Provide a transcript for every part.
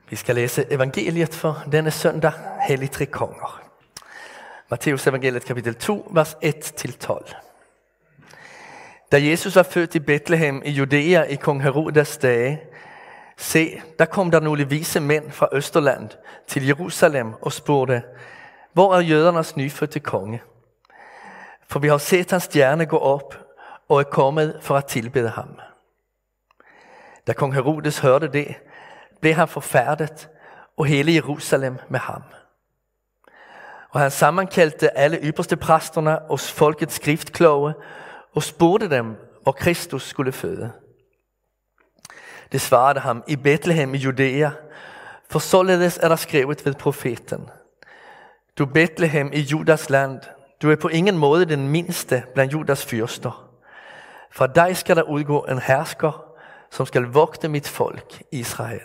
Vi skal læse evangeliet for denne søndag, Hellig Tre Konger. Matteus evangeliet kapitel 2, vers 1-12. Da Jesus var født i Bethlehem i Judæa i kong Herodes dage, se, der kom der nogle vise mænd fra Østerland til Jerusalem og spurgte, hvor er jødernes nyfødte konge? For vi har set hans stjerne gå op og er kommet for at tilbede ham. Da kong Herodes hørte det, blev han forfærdet, og hele Jerusalem med ham. Og han sammenkaldte alle ypperste præsterne og folkets skriftkloge, og spurgte dem, hvor Kristus skulle føde. Det svarede ham i Bethlehem i Judæa, for således er der skrevet ved profeten. Du Bethlehem i Judas land, du er på ingen måde den mindste blandt Judas fyrster. Fra dig skal der udgå en hersker, som skal vogte mit folk, Israel.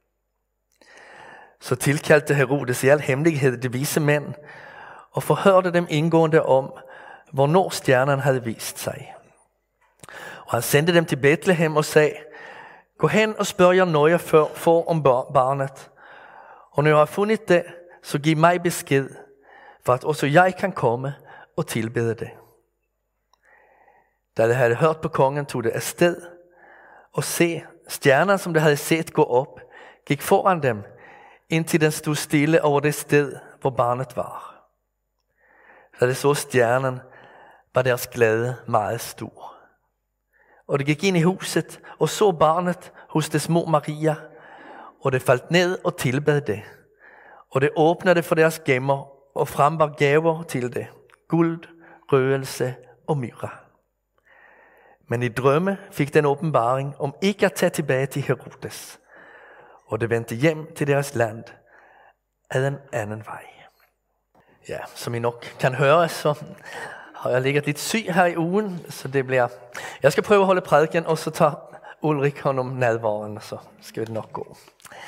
Så tilkaldte Herodes i al hemmelighed de vise mænd, og forhørte dem indgående om, hvornår stjernen havde vist sig. Og han sendte dem til Bethlehem og sagde, gå hen og spørg jer nøje for om barnet, og når jeg har fundet det, så giv mig besked, for at også jeg kan komme og tilbede det. Da de havde hørt på kongen, tog det afsted, og se, stjernen, som de havde set gå op, gik foran dem, indtil den stod stille over det sted, hvor barnet var. Da de så stjernen, var deres glæde meget stor. Og de gik ind i huset og så barnet hos de små Maria, og de faldt ned og tilbad det. Og de åbnede for deres gemmer og frembar gaver til det, guld, røgelse og myrra. Men i drømme fik den åbenbaring om ikke at tage tilbage til Herodes, og de vendte hjem til deres land ad en anden vej. Ja, som I nok kan høre, så har jeg ligget lidt syg her i ugen, så det bliver... Jeg skal prøve at holde prædiken, og så tager Ulrik hånd om nadvaren, så skal det nok gå.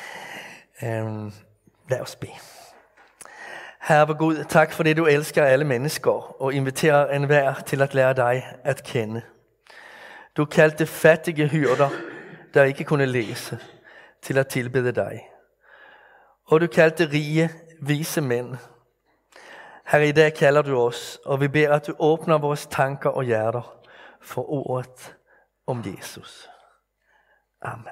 Lad os bede. Herre vor Gud, tak for det, du elsker alle mennesker, og inviterer enhver til at lære dig at kende. Du kaldte fattige hyrder, der ikke kunne læse, til at tilbede dig. Og du kaldte rige, vise mænd. Herre, i dag kalder du os, og vi beder, at du åbner vores tanker og hjerter for ordet om Jesus. Amen.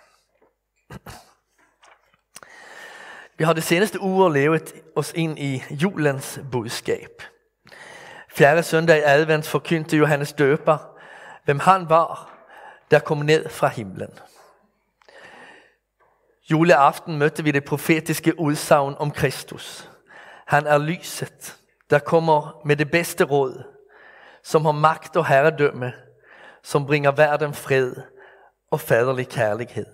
Vi har de seneste uger levet os ind i julens budskab. 4. søndag i advent forkyndte Johannes Døber, hvem han var, der kom ned fra himlen. Juleaften mødte vi det profetiske udsagn om Kristus. Han er lyset, der kommer med det bedste råd, som har magt og herredømme, som bringer verden fred og faderlig kærlighed.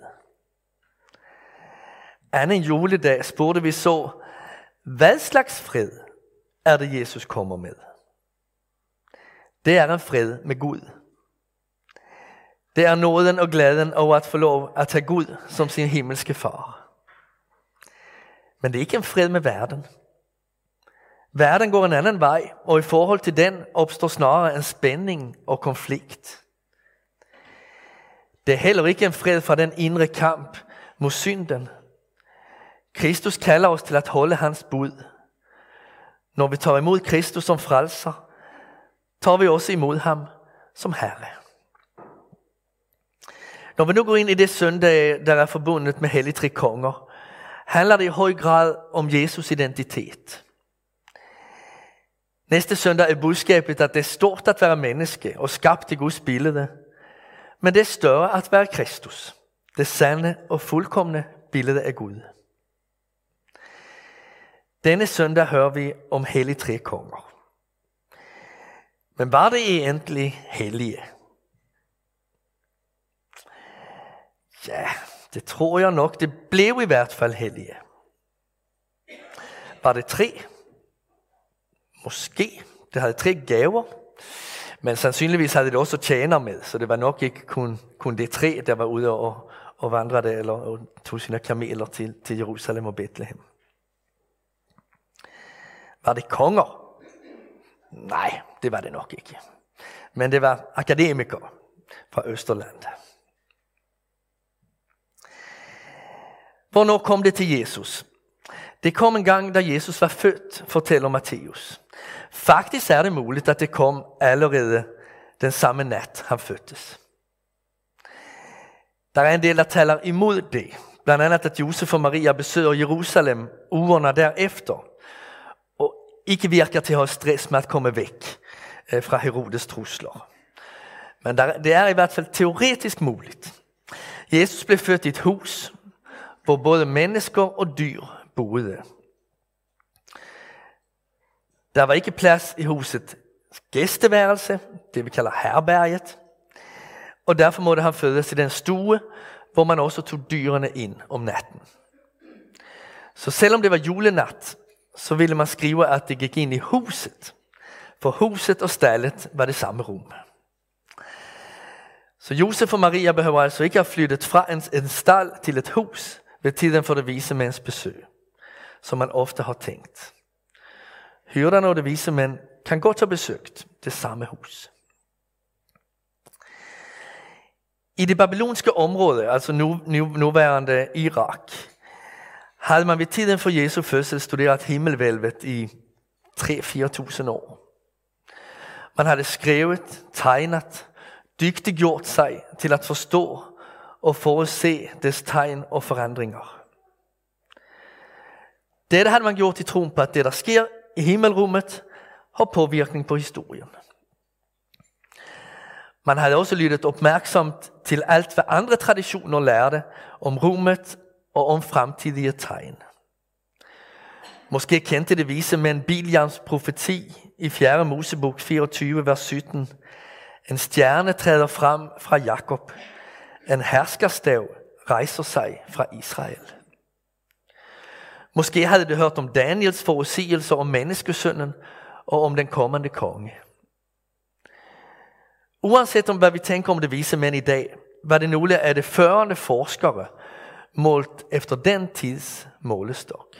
Anden juledag spurgte vi så, hvad slags fred er det Jesus kommer med? Det er en fred med Gud. Det er nåden og glæden over at få lov at have Gud som sin himmelske far. Men det er ikke en fred med verden. Verden går en anden vej, og i forhold til den opstår snarere en spænding og konflikt. Det er heller ikke en fred fra den indre kamp mod synden. Kristus kalder os til at holde hans bud. Når vi tager imod Kristus som frelser, tager vi også imod ham som Herre. Når vi nu går ind i det søndag, der er forbundet med Hellig Tre Konger, handler det i høj grad om Jesus identitet. Næste søndag er budskabet, at det er stort at være menneske og skabt i Guds billede, men det er større at være Kristus, det sande og fuldkomne billede af Gud. Denne søndag hører vi om Hellig Tre Konger. Men var det egentlig hellige? Ja, det tror jeg nok. Det blev i hvert fald hellige. Var det 3? Måske. Det havde 3 gaver. Men sandsynligvis havde det også tjener med. Så det var nok ikke kun det 3, der var ude og vandrede eller tog sine kameler til Jerusalem og Bethlehem. Var det konger? Nej, det var det nok ikke. Men det var akademikere fra Østerland. Hvornår kom det til Jesus? Det kom en gang, da Jesus var født, fortæller Matteus. Faktisk er det muligt, at det kom allerede den samme nat, han fødtes. Der er en del, der taler imod det. Blandt andet, at Josef og Maria besøger Jerusalem ugerne derefter, og ikke virker til at have stress med at komme væk fra Herodes trusler. Men det er i hvert fald teoretisk muligt. Jesus blev født i et hus, hvor både mennesker og dyr boede. Der var ikke plads i huset gæsteværelse, det vi kalder herberget, og derfor måtte han fødes i den stue, hvor man også tog dyrene ind om natten. Så selvom det var julenat, så ville man skrive, at det gik ind i huset, for huset og stallet var det samme rum. Så Josef og Maria behøver altså ikke have flyttet fra en stald til et hus ved tiden for det vise mænds besøg, som man ofte har tænkt. Hyrderne og det vise mænd kan godt have besøgt det samme hus. I det babylonske område, altså nuværende Irak, havde man ved tiden for Jesu fødsel studeret himmelvælvet i 3-4.000 år. Man havde skrevet, tegnet, dygtiggjort sig til at forstå og forudse dets tegn og forandringer. Dette havde man gjort i troen på, at det der sker i himmelrummet har påvirkning på historien. Man havde også lyttet opmærksomt til alt, hvad andre traditioner lærte om rummet og om fremtidige tegn. Måske kendte det vise mænd Biljams profeti i 4. Mosebog 24, vers 17. En stjerne træder frem fra Jakob. En herskerstav rejser sig fra Israel. Måske havde det hørt om Daniels forudsigelser om menneskesønnen og om den kommende konge. Uanset om hvad vi tænker om det vise mænd i dag, var det nogle af de førende forskere målt efter den tids målestok.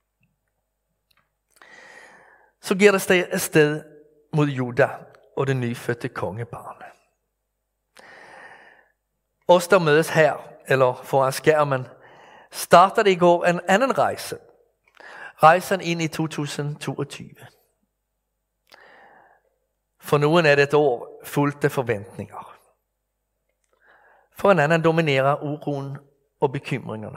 Så giver det sig afsted mod Juda og det nyfødte kongebarn. Os der mødes her, eller foran skærmen, startede i går en anden rejse. Rejsen ind i 2022. For nogen er det et år fuldt af forventninger. For en anden dominerer uroen og bekymringerne.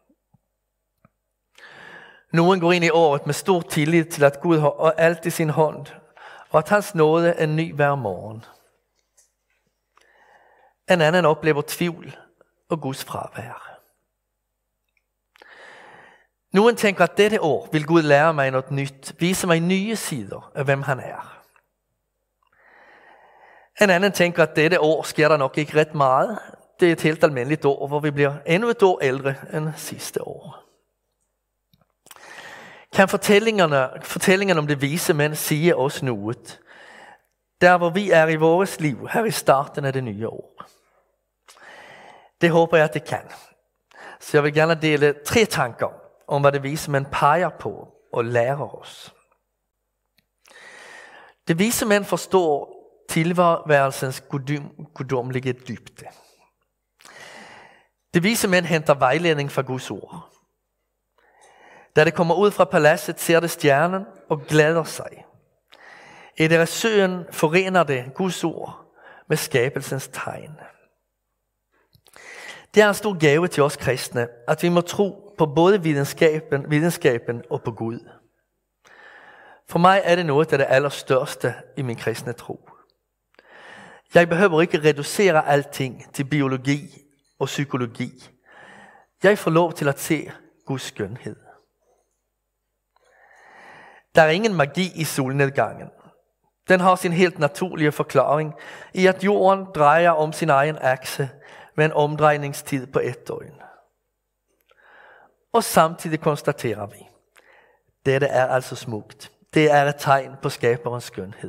Nogen går ind i året med stor tillid til, at Gud har alt i sin hånd, og at hans nåde er ny hver morgen. En anden oplever tvivl og Guds fravær. Nogen tænker, at dette år vil Gud lære mig noget nyt, vise mig nye sider af hvem han er. En anden tænker, at dette år sker der nok ikke ret meget. Det er et helt almindeligt år, hvor vi bliver endnu et år ældre end sidste år. Kan fortællingerne om det vise mænd sige os noget, der hvor vi er i vores liv, her i starten af det nye år? Det håber jeg, at det kan. Så jeg vil gerne dele 3 tanker om, hvad det vise mænd peger på og lærer os. Det vise mænd forstår tilværelsens guddommelige dybde. Det vise mænd henter vejledning fra Guds ord. Da det kommer ud fra paladset, ser det stjernen og glæder sig. I deres søen forener det Guds ord med skabelsens tegn. Det er en stor gave til os kristne, at vi må tro på både videnskaben og på Gud. For mig er det noget af det allerstørste i min kristne tro. Jeg behøver ikke reducere alting til biologi og psykologi. Jeg får lov til at se Guds skønhed. Der er ingen magi i solnedgangen. Den har sin helt naturlige forklaring i, at jorden drejer om sin egen akse med en omdrejningstid på 1 døgn. Og samtidig konstaterer vi, dette er altså smukt. Det er et tegn på skaberens skønhed.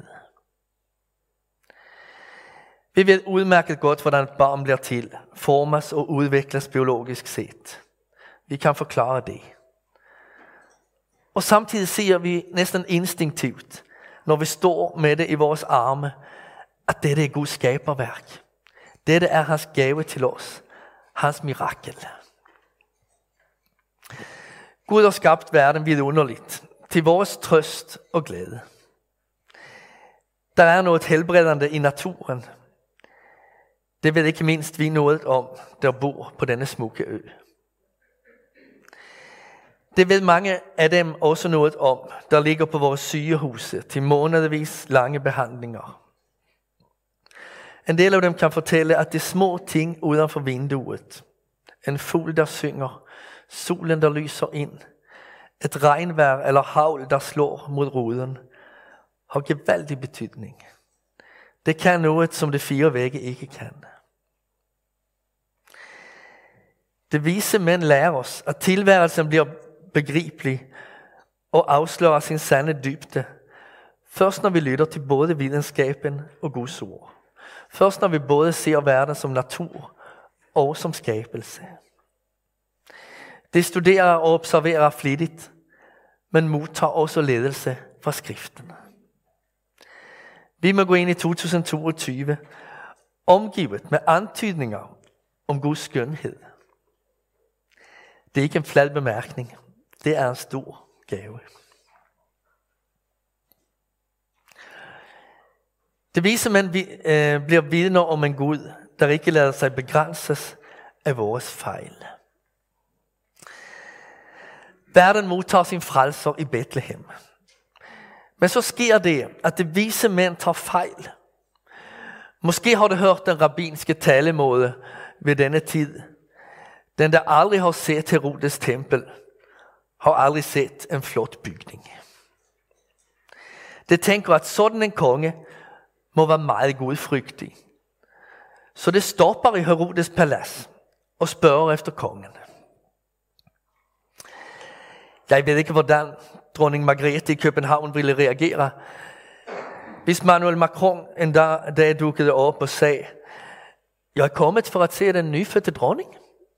Vi ved udmærket godt, hvordan et barn bliver til, formes og udvikles biologisk set. Vi kan forklare det. Og samtidig ser vi næsten instinktivt, når vi står med det i vores arme, at dette er Guds skaberværk. Dette er hans gave til os, hans mirakel. Gud har skabt verden vidunderligt, til vores trøst og glæde. Der er noget helbredende i naturen. Det ved ikke mindst vi noget om, der bor på denne smukke ø. Det ved mange af dem også noget om, der ligger på vores sygehuse til månedvis lange behandlinger. En del af dem kan fortælle, at det små ting uden for vinduet, en fugl der synger, solen der lyser ind, et regnvejr eller havl der slår mod ruden, har gevaldig betydning. Det kan noget, som de fire vægge ikke kan. Det vise mænd lærer os, at tilværelsen bliver begribelig og afslører sin sande dybde, først når vi lytter til både videnskaben og Guds ord. Først når vi både ser verden som natur og som skabelse. De studerer og observerer flittigt, men modtager også ledelse fra skriften. Vi må gå ind i 2022 omgivet med antydninger om Guds skønhed. Det er ikke en flad bemærkning. Det er en stor gave. Det viser, at man bliver vidner om en Gud, der ikke lader sig begrænses af vores fejl. Verden modtager sin frelser i Bethlehem. Men så sker det, at de vise mænd tager fejl. Måske har du hørt den rabbinske talemåde ved denne tid. Den, der aldrig har set Herodes tempel, har aldrig set en flot bygning. De tænker, at sådan en konge må være meget gudfrygtig. Så det stopper i Herodes palads og spørger efter kongen. Jeg ved ikke, hvordan dronning Margrethe i København ville reagere, hvis Manuel Macron en dag dukkede op og sagde, jeg er kommet for at se den nyfødte dronning.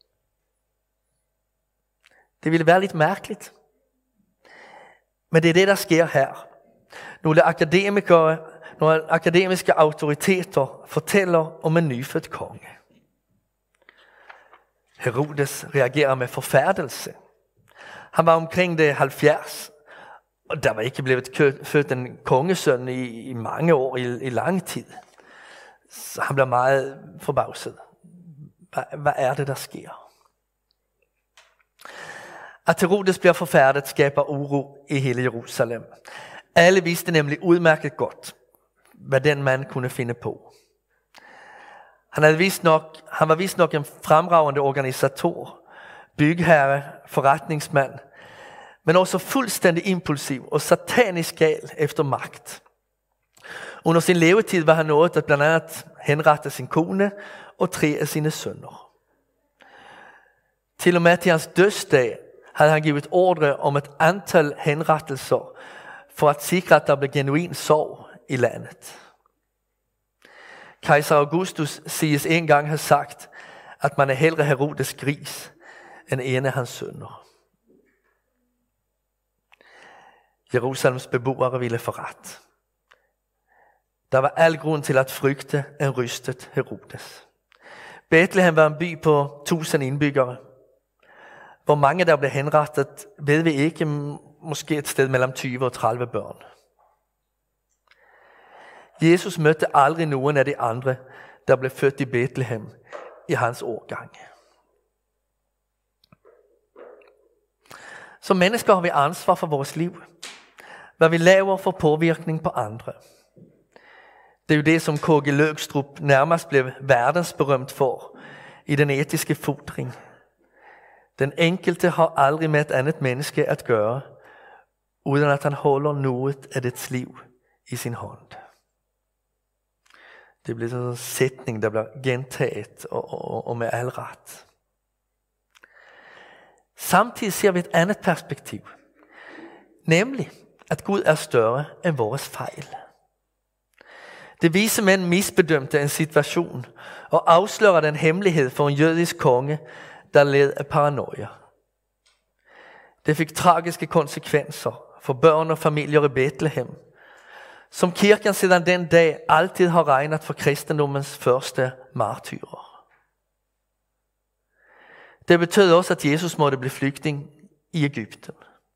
Det ville være lidt mærkeligt. Men det er det, der sker her. Nogle akademiske autoriteter fortæller om en nyfødt konge. Herodes reagerer med forfærdelse. Han var omkring det 70, og der var ikke blevet født en kongesøn i mange år, i lang tid. Så han blev meget forbavset. Hvad er det, der sker? At Herodes bliver forfærdet skaber uro i hele Jerusalem. Alle vidste nemlig udmærket godt, hvad den mand kunne finde på. Han var vist nok en fremragende organisator, bygherre, forretningsmand, men også fuldstændig impulsiv og satanisk gal efter magt. Under sin levetid var han nået at blandt andet henrette sin kone og 3 af sine sønner. Til og med til hans dødsdag havde han givet ordre om et antal henrettelser for at sikre, at der blev genuin sorg i landet. Kejser Augustus siges engang have sagt, at man er hellere Herodes gris end en af hans sønner. Jerusalems beboere ville få ret. Der var al grund til at frygte en rystet Herodes. Bethlehem var en by på 1000 indbyggere. Hvor mange der blev henrettet, ved vi ikke, måske et sted mellem 20 og 30 børn. Jesus mødte aldrig nogen af de andre, der blev født i Bethlehem i hans årgang. Som mennesker har vi ansvar for vores liv. Hvad vi laver for påvirkning på andre. Det er jo det, som K.G. Løgstrup nærmest blev verdensberømt for i den etiske fodring. Den enkelte har aldrig med et andet menneske at gøre, uden at han holder noget af dets liv i sin hånd. Det bliver sådan en sætning, der bliver gentaget og med al ret. Samtidig ser vi et andet perspektiv. Nemlig, at Gud er større end vores fejl. Det vise mænd misbedømte en situation og afslører den hemmelighed for en jødisk konge, der led af paranoia. Det fik tragiske konsekvenser for børn og familier i Bethlehem, som kirken siden den dag altid har regnet for kristendommens første martyrer. Det betød også, at Jesus måtte blive flygtning i Egypten.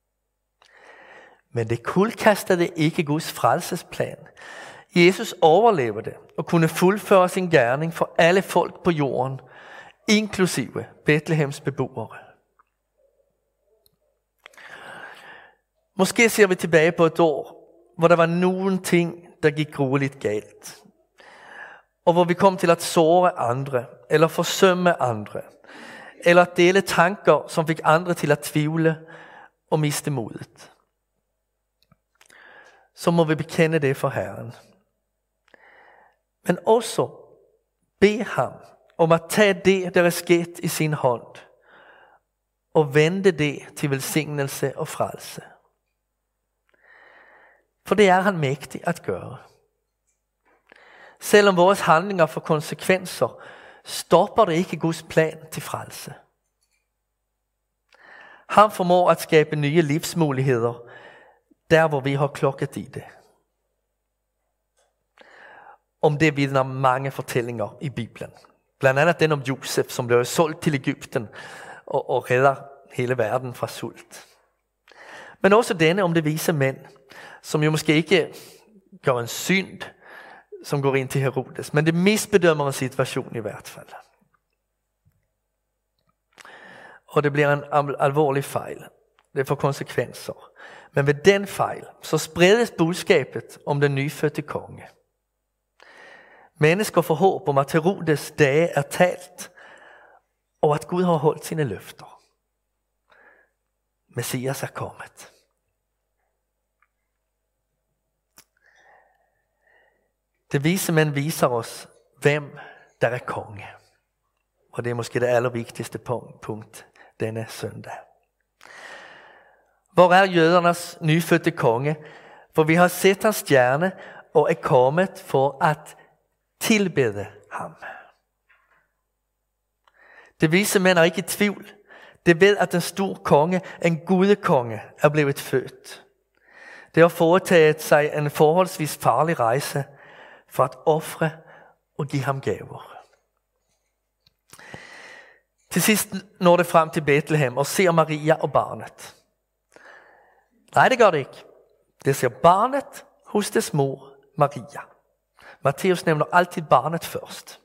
Men det kuldkastede ikke Guds frelsesplan. Jesus overlevede og kunne fuldføre sin gerning for alle folk på jorden, inklusive Betlehems beboere. Måske ser vi tilbage på et år, hvor der var nogle ting, der gik grueligt galt. Og hvor vi kom til at såre andre, eller forsømme andre, eller at dele tanker, som fik andre til at tvivle og miste modet. Så må vi bekende det for Herren. Men også bede ham om at tage det, der er sket i sin hånd, og vende det til velsignelse og frelse. For det er han mægtig at gøre. Selvom vores handlinger får konsekvenser, stopper det ikke Guds plan til frelse. Han formår at skabe nye livsmuligheder, der hvor vi har klokket i det. Om det vidner mange fortællinger i Bibelen. Blandt andet den om Josef, som blev solgt til Egypten og redder hele verden fra sult. Men også denne om de vise mænd, som jo måske ikke gør en synd, som går ind til Herodes, men det misbedømmer en situation i hvert fald. Og det bliver en alvorlig fejl. Det får konsekvenser. Men ved den fejl, så spredes budskabet om den nyfødte konge. Mennesker får håb om, at Herodes dage er talt, og at Gud har holdt sine løfter. Messias er kommet. Det vise mænd viser os, hvem der er konge. Og det er måske det allervigtigste punkt denne søndag. Hvor er jødernes nyfødte konge? For vi har set hans stjerne og er kommet for at tilbede ham. Det vise mænd er ikke i tvivl. Det ved, at den store konge, en gudekonge, er blevet født. Det har foretaget sig en forholdsvis farlig rejse for at ofre og give ham gaver. Til sidst når det frem til Betlehem og ser Maria og barnet. Nej, det gør det ikke. Det ser barnet hos dets mor Maria. Matteus nævner altid barnet først.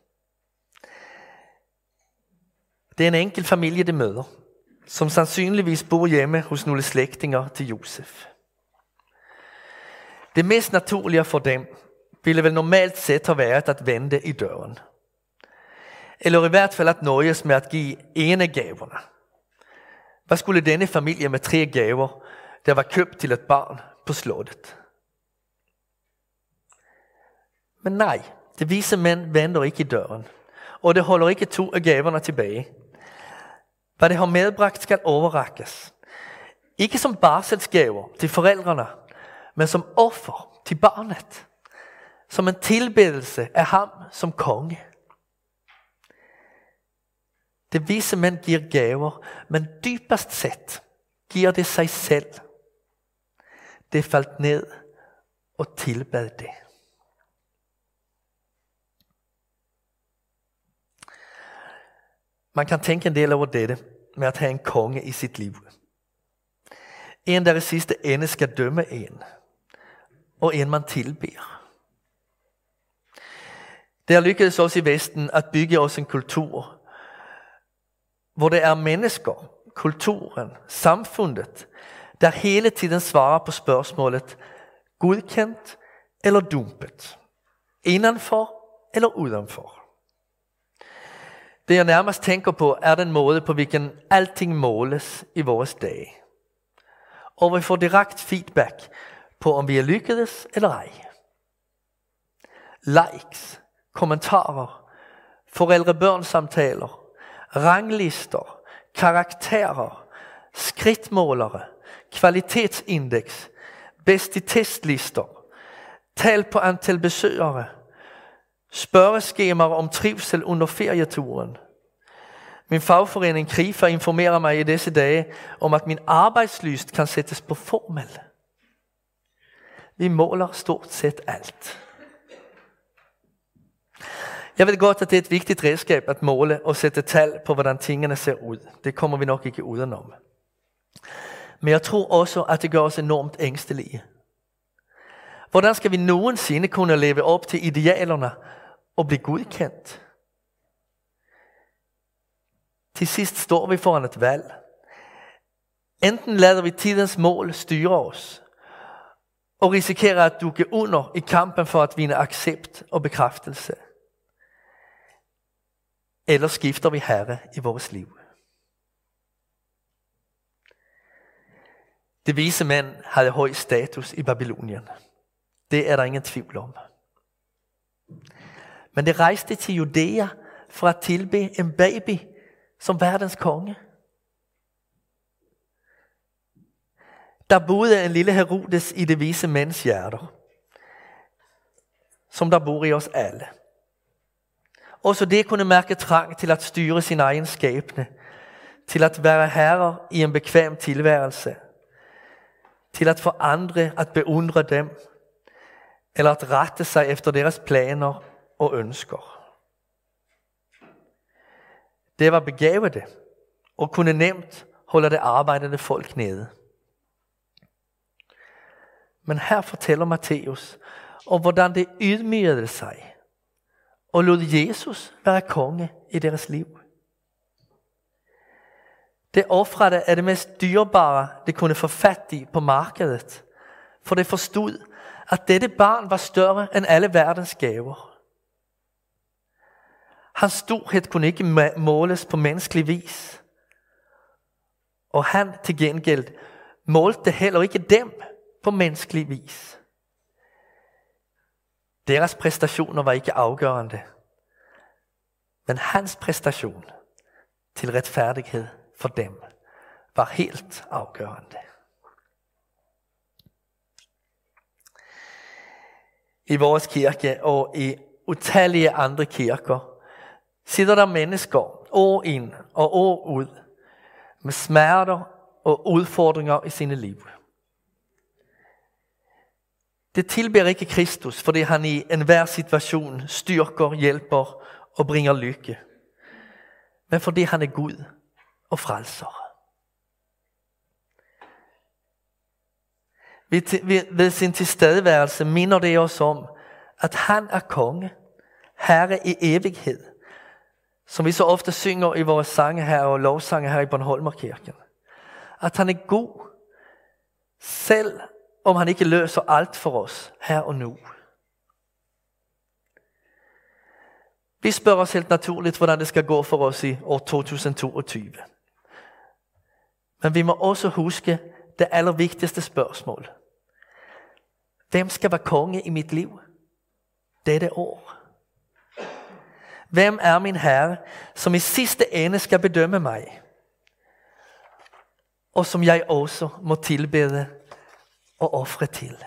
Det er en enkel familie, det møder, som sandsynligvis bor hjemme hos nogle slægtinger til Josef. Det mest naturlige for dem ville vel normalt set have været at vente i døren. Eller i hvert fald at nøjes med at give ene gaverne. Hvad skulle denne familie med 3 gaver, der var købt til et barn på slottet? Men nej, det vise mænd venter ikke i døren, og det holder ikke 2 af gaverne tilbage. Hvad det har medbragt skal overrakkes. Ikke som barselsgaver til forældrene, men som offer til barnet. Som en tilbedelse af ham som konge. Det vise mænd giver gaver, men dybest set giver det sig selv. Det faldt ned og tilbad det. Man kan tænke en del over dette med at have en konge i sit liv. En, der i sidste ende skal dømme en, og en man tilbeder. Det har lykkedes os i Vesten at bygge os en kultur, hvor det er mennesker, kulturen, samfundet, der hele tiden svarer på spørgsmålet, godkendt eller dumpet, indenfor eller udenfor. Det jeg nærmest tænker på, er den måde, på hvilken alting måles i vores dage. Og vi får direkte feedback på, om vi er lykkedes eller ej. Likes, kommentarer, forældre-børn-samtaler, ranglister, karakterer, skridtmålere, kvalitetsindeks, bedst i testlister, tal på antal besøgere, spørgeskemaer om trivsel under ferieturen. Min fagforening KRIFA informerer mig i disse dage om, at min arbejdslyst kan sættes på formel. Vi måler stort set alt. Jeg ved godt, at det er et vigtigt redskab at måle og sætte tal på, hvordan tingene ser ud. Det kommer vi nok ikke udenom. Men jeg tror også, at det gør os enormt ængstelige. Hvordan skal vi nogensinde kunne leve op til idealerne og blive godkendt? Til sidst står vi foran et valg. Enten lader vi tidens mål styre os, og risikerer at dukke under i kampen for at vinde accept og bekræftelse. Eller skifter vi herre i vores liv. De vise mænd havde høj status i Babylonien. Det er der ingen tvivl om. Men de rejste til Judæa for at tilbe en baby som verdens konge. Der boede en lille Herodes i de vise mænds hjerter, som der bor i os alle. Også det kunne mærke trang til at styre sin egen skæbne, til at være herre i en bekvem tilværelse, til at få andre at beundre dem, eller at rette sig efter deres planer og ønsker. Det var begavede og kunne nemt holde det arbejdende folk nede. Men her fortæller Matthæus om hvordan det ydmygede sig og lod Jesus være konge i deres liv. Det ofrede er det mest dyrebare, det kunne få fat i på markedet, for det forstod, at dette barn var større end alle verdens gaver. Hans storhed kunne ikke måles på menneskelig vis, og han til gengæld målte heller ikke dem på menneskelig vis. Deres præstationer var ikke afgørende, men hans præstation til retfærdighed for dem var helt afgørende. I vores kirke og i utallige andre kirker sidder der mennesker år ind og år ud med smerter og udfordringer i sine liv. Det tilbeder ikke Kristus, fordi han i enhver situation styrker, hjælper og bringer lykke, men fordi han er Gud og frelser. Ved sin tilstedeværelse minder det os om, at han er konge, herre i evighed, som vi så ofte synger i vores sange her og lovsange her i Bornholmerkirken. At han er god, selv om han ikke løser alt for os her og nu. Vi spørger os helt naturligt, hvordan det skal gå for os i år 2022. Men vi må også huske det allervigtigste spørgsmål. Hvem skal være konge i mit liv dette år? Hvem er min herre, som i sidste ende skal bedømme mig? Og som jeg også må tilbede og ofre til.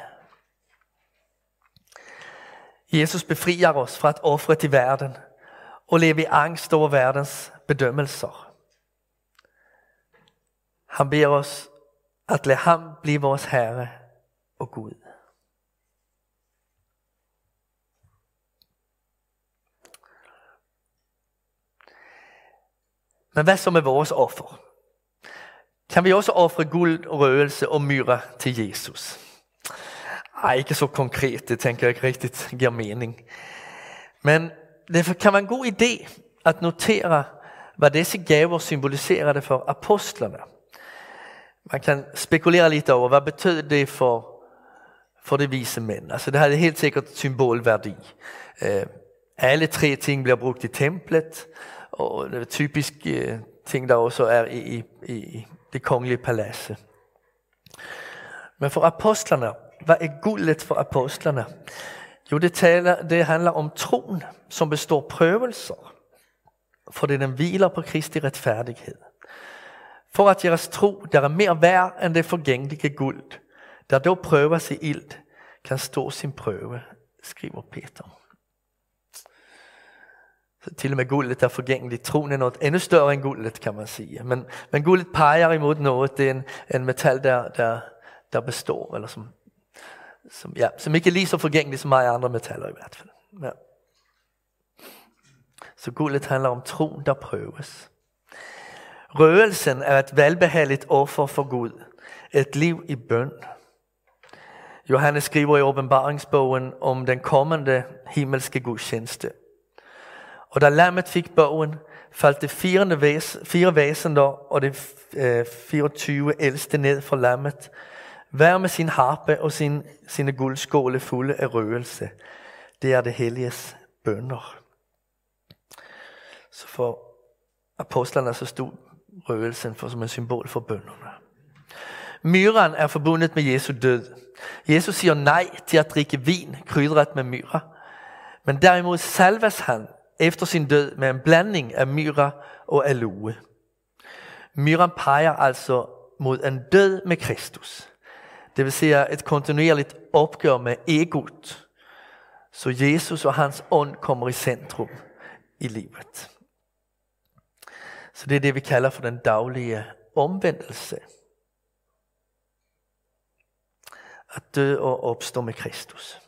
Jesus befrier os fra at ofre til verden og leve i angst over verdens bedømmelser. Han beder os at lade ham blive vores herre og Gud. Men hvad så med vores offer? Kan vi også ofre guld, røgelse og myre til Jesus? Ej, ikke så konkret, det tænker jeg ikke rigtigt giver mening. Men det kan være en god idé at notere, hvad disse gaver symboliserede for apostlerne. Man kan spekulere lidt over, hvad betød det for de vise mænd. Altså det havde helt sikkert symbolværdi. Alle tre ting bliver brugt i templet, og det er typisk ting, der også er i det kongelige palads. Men for apostlerne, hvad er guldet for apostlerne? Jo, det handler om troen, som består prøvelser, fordi den hviler på Kristi retfærdighed. For at jeres tro, der er mere værd end det forgængelige guld, der dog prøves i ild, kan stå sin prøve, skriver Peter. Så til og med guldet er forgængeligt. Troen er noget endnu større end guldet, kan man sige. Men guldet peger imod noget. Det er en metal, der består, eller som ikke er lige så forgængeligt som mange andre metaller i hvert fald. Ja. Så guldet handler om troen, der prøves. Røgelsen er et velbehageligt offer for Gud. Et liv i bøn. Johannes skriver i åbenbaringsbogen om den kommende himmelske gudstjeneste. Og da lammet fik bogen, faldt det 4 væsener og de 24 ældste ned fra lammet, hver med sin harpe og sine guldskåle fulde af røgelse. Det er det helliges bønner. Så for apostlerne så stod røgelsen for som en symbol for bønnerne. Myren er forbundet med Jesu død. Jesus siger nej til at drikke vin krydret med myre, men derimod salves han efter sin død med en blanding af myre og aloe. Myren peger altså mod en død med Kristus. Det vil sige et kontinuerligt opgør med egot, så Jesus og hans ånd kommer i centrum i livet. Så det er det, vi kalder for den daglige omvendelse. At dø og opstå med Kristus.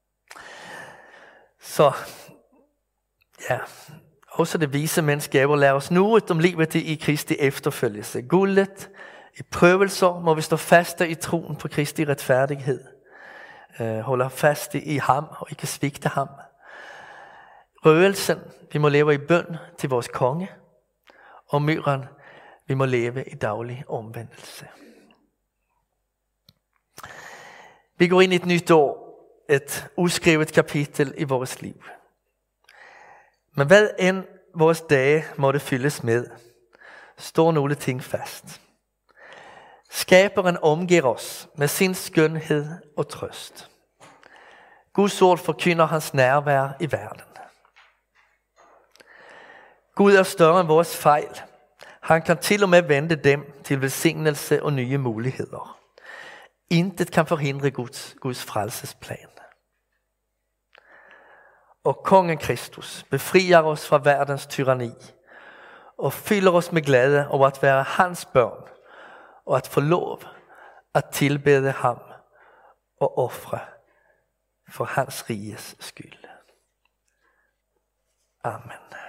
Så, ja, også det vise mænds gaver lærer os noget om livet i Kristi efterfølgelse. Guldet, i prøvelser må vi stå faste i troen på Kristi retfærdighed. Holder fast i ham og ikke svigte ham. Røgelsen, vi må leve i bøn til vores konge. Og myren, vi må leve i daglig omvendelse. Vi går ind i et nyt år, et uskrevet kapitel i vores liv. Men hvad end vores dage måtte fyldes med, står nogle ting fast. Skaberen omgiver os med sin skønhed og trøst. Guds ord forkynder hans nærvær i verden. Gud er større end vores fejl. Han kan til og med vende dem til velsignelse og nye muligheder. Intet kan forhindre Guds frelsesplan. Og kongen Kristus befrier os fra verdens tyranni og fylder os med glæde over at være hans børn og at få lov at tilbede ham og ofre for hans riges skyld. Amen.